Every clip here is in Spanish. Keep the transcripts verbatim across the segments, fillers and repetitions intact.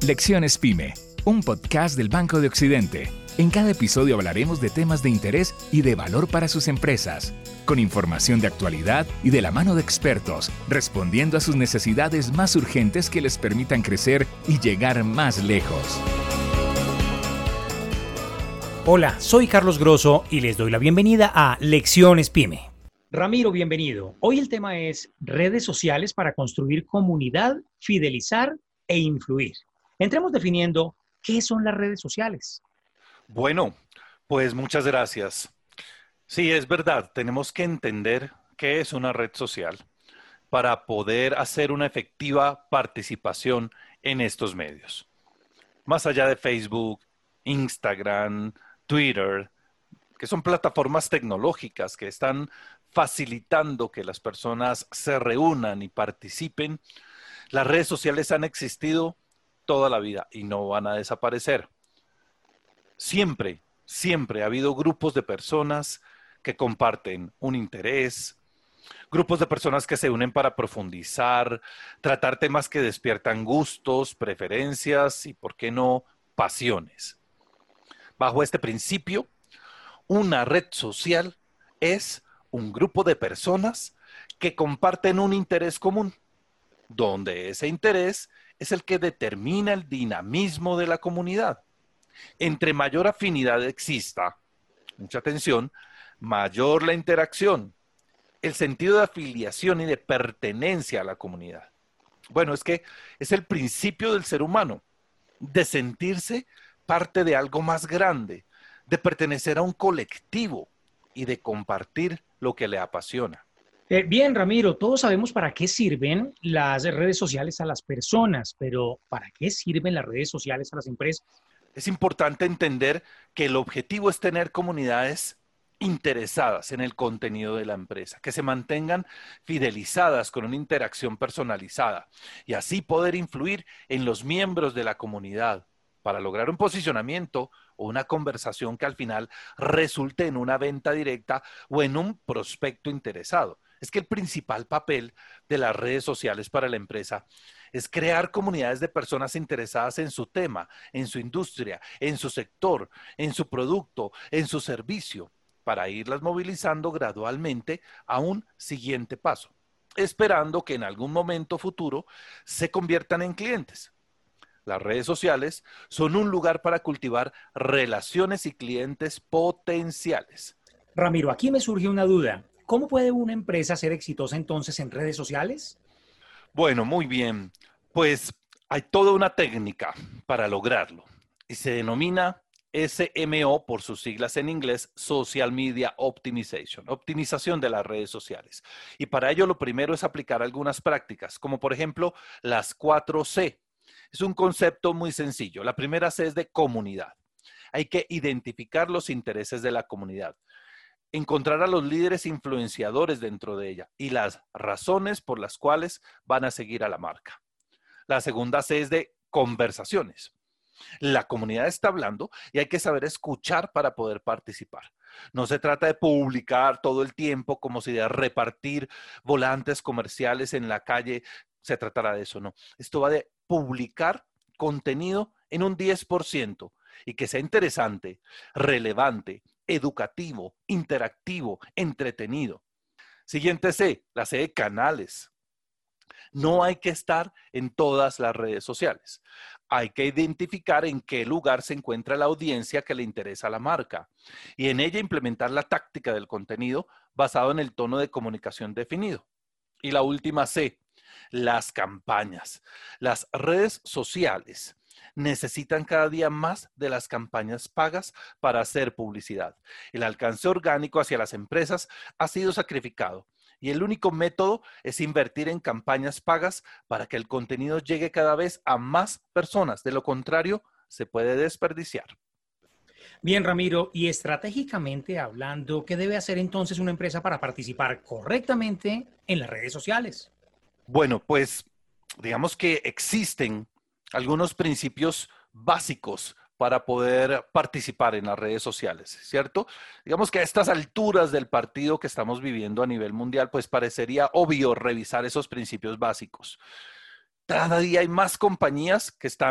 Lecciones PYME, un podcast del Banco de Occidente. En cada episodio hablaremos de temas de interés y de valor para sus empresas, con información de actualidad y de la mano de expertos, respondiendo a sus necesidades más urgentes que les permitan crecer y llegar más lejos. Hola, soy Carlos Grosso y les doy la bienvenida a Lecciones PYME. Ramiro, bienvenido. Hoy el tema es redes sociales para construir comunidad, fidelizar e influir. Entremos definiendo qué son las redes sociales. Bueno, pues muchas gracias. Sí, es verdad, tenemos que entender qué es una red social para poder hacer una efectiva participación en estos medios. Más allá de Facebook, Instagram, Twitter, que son plataformas tecnológicas que están facilitando que las personas se reúnan y participen, las redes sociales han existido toda la vida y no van a desaparecer. Siempre, siempre ha habido grupos de personas que comparten un interés, grupos de personas que se unen para profundizar, tratar temas que despiertan gustos, preferencias y, ¿por qué no, pasiones? Bajo este principio, una red social es un grupo de personas que comparten un interés común, donde ese interés es el que determina el dinamismo de la comunidad. Entre mayor afinidad exista, mucha atención, mayor la interacción, el sentido de afiliación y de pertenencia a la comunidad. Bueno, es que es el principio del ser humano, de sentirse parte de algo más grande, de pertenecer a un colectivo y de compartir lo que le apasiona. Eh, bien, Ramiro, todos sabemos para qué sirven las redes sociales a las personas, pero ¿para qué sirven las redes sociales a las empresas? Es importante entender que el objetivo es tener comunidades interesadas en el contenido de la empresa, que se mantengan fidelizadas con una interacción personalizada y así poder influir en los miembros de la comunidad para lograr un posicionamiento o una conversación que al final resulte en una venta directa o en un prospecto interesado. Es que el principal papel de las redes sociales para la empresa es crear comunidades de personas interesadas en su tema, en su industria, en su sector, en su producto, en su servicio, para irlas movilizando gradualmente a un siguiente paso, esperando que en algún momento futuro se conviertan en clientes. Las redes sociales son un lugar para cultivar relaciones y clientes potenciales. Ramiro, aquí me surge una duda. ¿Cómo puede una empresa ser exitosa entonces en redes sociales? Bueno, muy bien. Pues hay toda una técnica para lograrlo y se denomina S M O por sus siglas en inglés, Social Media Optimization, optimización de las redes sociales. Y para ello lo primero es aplicar algunas prácticas, como por ejemplo las cuatro C. Es un concepto muy sencillo. La primera C es de comunidad. Hay que identificar los intereses de la comunidad, encontrar a los líderes influenciadores dentro de ella y las razones por las cuales van a seguir a la marca. La segunda C es de conversaciones. La comunidad está hablando y hay que saber escuchar para poder participar. No se trata de publicar todo el tiempo como si de repartir volantes comerciales en la calle se tratara de eso, no. Esto va de publicar contenido en un diez por ciento y que sea interesante, relevante, educativo, interactivo, entretenido. Siguiente C, la C de canales. No hay que estar en todas las redes sociales. Hay que identificar en qué lugar se encuentra la audiencia que le interesa a la marca y en ella implementar la táctica del contenido basado en el tono de comunicación definido. Y la última C, las campañas. Las redes sociales necesitan cada día más de las campañas pagas para hacer publicidad. El alcance orgánico hacia las empresas ha sido sacrificado y el único método es invertir en campañas pagas para que el contenido llegue cada vez a más personas. De lo contrario, se puede desperdiciar. Bien, Ramiro, y estratégicamente hablando, ¿qué debe hacer entonces una empresa para participar correctamente en las redes sociales? Bueno, pues digamos que existen algunos principios básicos para poder participar en las redes sociales, ¿cierto? Digamos que a estas alturas del partido que estamos viviendo a nivel mundial, pues parecería obvio revisar esos principios básicos. Cada día hay más compañías que están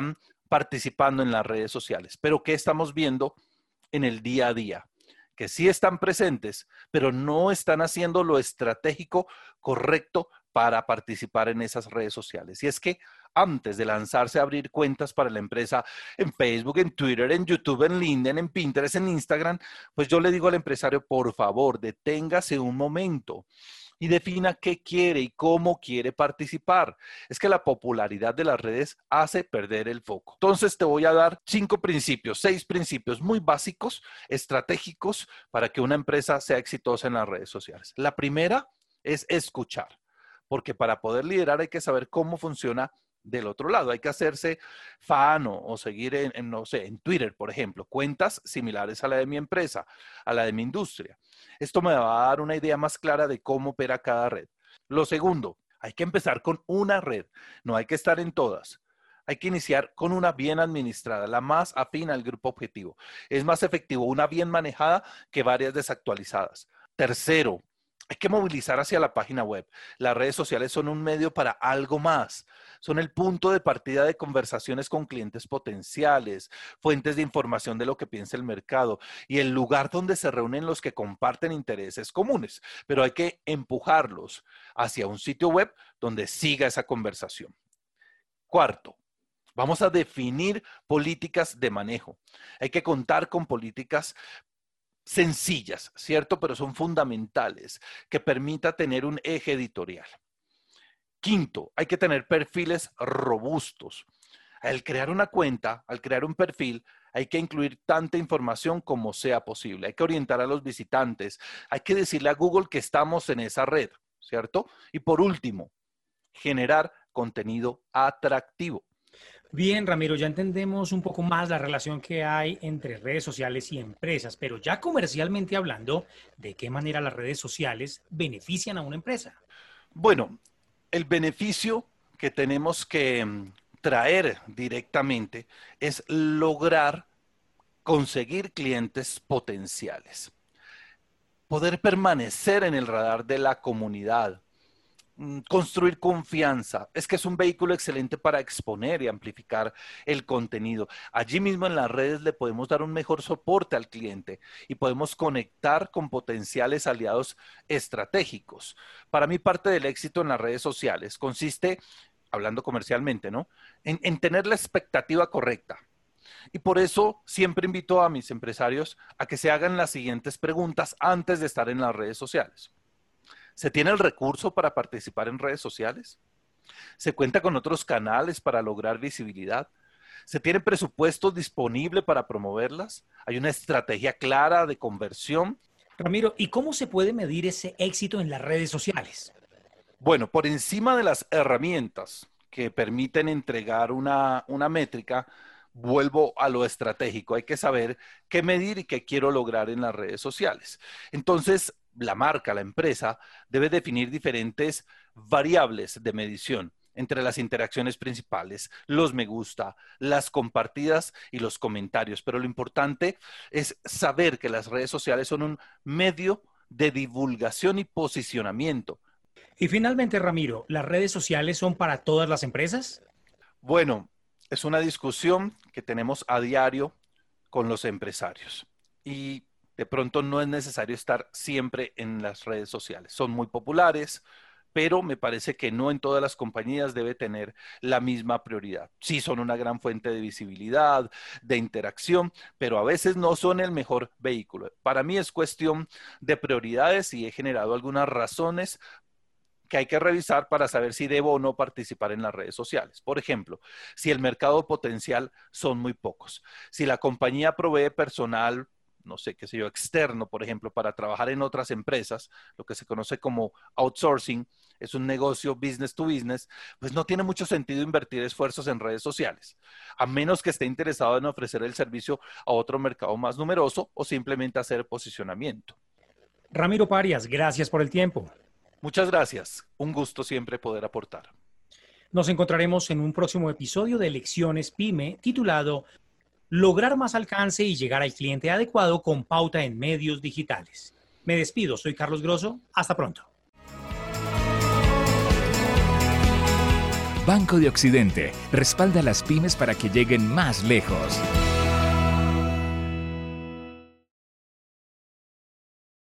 participando en las redes sociales. Pero ¿qué estamos viendo en el día a día? Que sí están presentes, pero no están haciendo lo estratégico correcto para participar en esas redes sociales. Y es que antes de lanzarse a abrir cuentas para la empresa en Facebook, en Twitter, en YouTube, en LinkedIn, en Pinterest, en Instagram, pues yo le digo al empresario, por favor, deténgase un momento y defina qué quiere y cómo quiere participar. Es que la popularidad de las redes hace perder el foco. Entonces te voy a dar cinco principios, seis principios muy básicos, estratégicos para que una empresa sea exitosa en las redes sociales. La primera es escuchar, porque para poder liderar hay que saber cómo funciona del otro lado. Hay que hacerse fan o, o seguir en, en, no sé, en Twitter, por ejemplo, cuentas similares a la de mi empresa, a la de mi industria. Esto me va a dar una idea más clara de cómo opera cada red. Lo segundo, hay que empezar con una red, no hay que estar en todas. Hay que iniciar con una bien administrada, la más afín al grupo objetivo. Es más efectivo una bien manejada que varias desactualizadas. Tercero, hay que movilizar hacia la página web. Las redes sociales son un medio para algo más. Son el punto de partida de conversaciones con clientes potenciales, fuentes de información de lo que piensa el mercado y el lugar donde se reúnen los que comparten intereses comunes. Pero hay que empujarlos hacia un sitio web donde siga esa conversación. Cuarto, vamos a definir políticas de manejo. Hay que contar con políticas sencillas, ¿cierto? Pero son fundamentales, que permita tener un eje editorial. Quinto, hay que tener perfiles robustos. Al crear una cuenta, al crear un perfil, hay que incluir tanta información como sea posible. Hay que orientar a los visitantes. Hay que decirle a Google que estamos en esa red, ¿cierto? Y por último, generar contenido atractivo. Bien, Ramiro, ya entendemos un poco más la relación que hay entre redes sociales y empresas, pero ya comercialmente hablando, ¿de qué manera las redes sociales benefician a una empresa? Bueno, el beneficio que tenemos que traer directamente es lograr conseguir clientes potenciales, poder permanecer en el radar de la comunidad, construir confianza. Es que es un vehículo excelente para exponer y amplificar el contenido. Allí mismo en las redes le podemos dar un mejor soporte al cliente y podemos conectar con potenciales aliados estratégicos. Para mí, parte del éxito en las redes sociales consiste, hablando comercialmente, ¿no?, en, en tener la expectativa correcta. Y por eso siempre invito a mis empresarios a que se hagan las siguientes preguntas antes de estar en las redes sociales. ¿Se tiene el recurso para participar en redes sociales? ¿Se cuenta con otros canales para lograr visibilidad? ¿Se tiene presupuesto disponible para promoverlas? ¿Hay una estrategia clara de conversión? Ramiro, ¿y cómo se puede medir ese éxito en las redes sociales? Bueno, por encima de las herramientas que permiten entregar una, una métrica, vuelvo a lo estratégico. Hay que saber qué medir y qué quiero lograr en las redes sociales. Entonces, la marca, la empresa, debe definir diferentes variables de medición entre las interacciones principales, los me gusta, las compartidas y los comentarios. Pero lo importante es saber que las redes sociales son un medio de divulgación y posicionamiento. Y finalmente, Ramiro, ¿las redes sociales son para todas las empresas? Bueno, es una discusión que tenemos a diario con los empresarios y de pronto no es necesario estar siempre en las redes sociales. Son muy populares, pero me parece que no en todas las compañías debe tener la misma prioridad. Sí son una gran fuente de visibilidad, de interacción, pero a veces no son el mejor vehículo. Para mí es cuestión de prioridades y he generado algunas razones que hay que revisar para saber si debo o no participar en las redes sociales. Por ejemplo, si el mercado potencial son muy pocos, si la compañía provee personal, no sé, qué sé yo, externo, por ejemplo, para trabajar en otras empresas, lo que se conoce como outsourcing, es un negocio business to business, pues no tiene mucho sentido invertir esfuerzos en redes sociales, a menos que esté interesado en ofrecer el servicio a otro mercado más numeroso o simplemente hacer posicionamiento. Ramiro Parias, gracias por el tiempo. Muchas gracias. Un gusto siempre poder aportar. Nos encontraremos en un próximo episodio de Lecciones PYME titulado Lograr más alcance y llegar al cliente adecuado con pauta en medios digitales. Me despido, soy Carlos Grosso. Hasta pronto. Banco de Occidente respalda a las pymes para que lleguen más lejos.